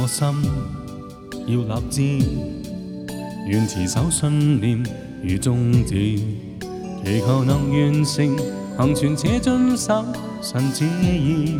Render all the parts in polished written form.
我心要立志，願持守信念與宗旨，祈求能完成，行全且遵守神旨意。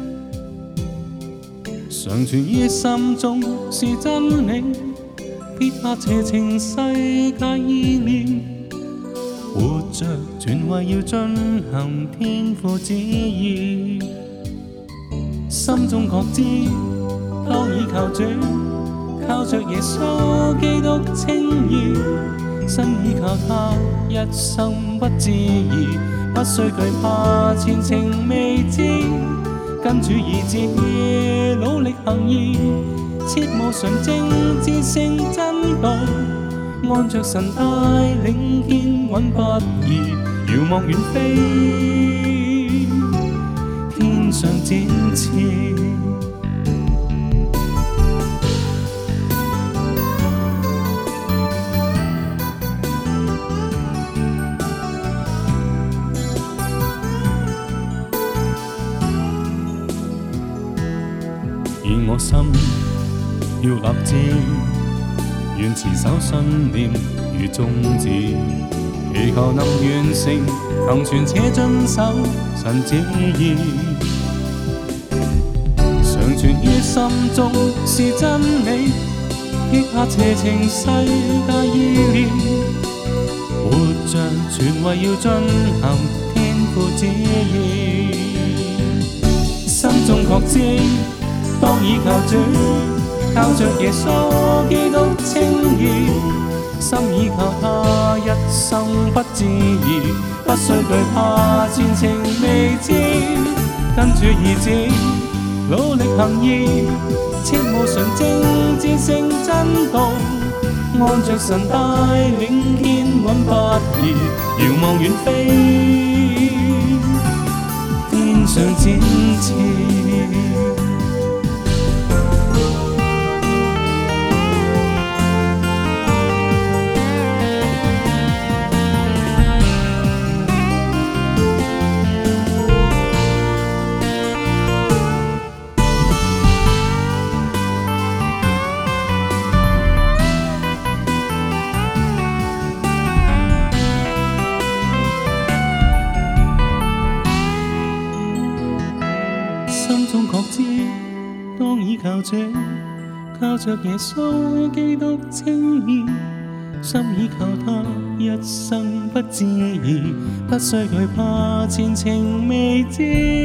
常存於心中是真理，撇下邪情世界意念，活着全為要遵行天父旨意。心中確知，當倚靠主，靠着耶穌基督稱義，身倚靠他，一生不致疑，不需懼怕前程未知，跟主意志努力行義，切慕純正至聖真道，按着神帶領堅穩不移，遙望遠飛，天上展翅。而我心要立志，願持守信念與宗旨，祈求能完成，行全且遵守神旨意。常存於心中是真理，撇下邪情世界意念，活着全為要遵行天父旨意。心中確知，當倚靠主，靠着耶穌基督稱義，心倚靠他，一生不致疑，不需懼怕前程未知，跟主意志努力行義，切慕純正至聖真道，按着神帶領堅穩不移，遙望遠飛，天上展翅。心中確知，當倚靠主，靠着耶穌基督稱義，心倚靠他，一生不致疑，不需懼怕前程未知。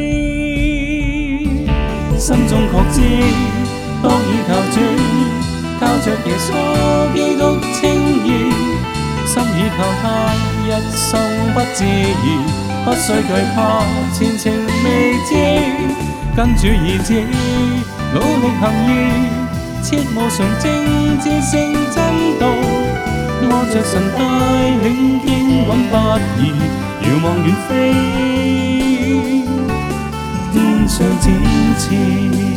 心中確知，當倚靠主，靠着耶穌基督稱義，心倚靠他，一生不致疑，不需懼怕前程未知。跟主意志努力行義，切慕純正至聖真道，按着神帶領堅穩不移，遙望遠飛，天上展翅。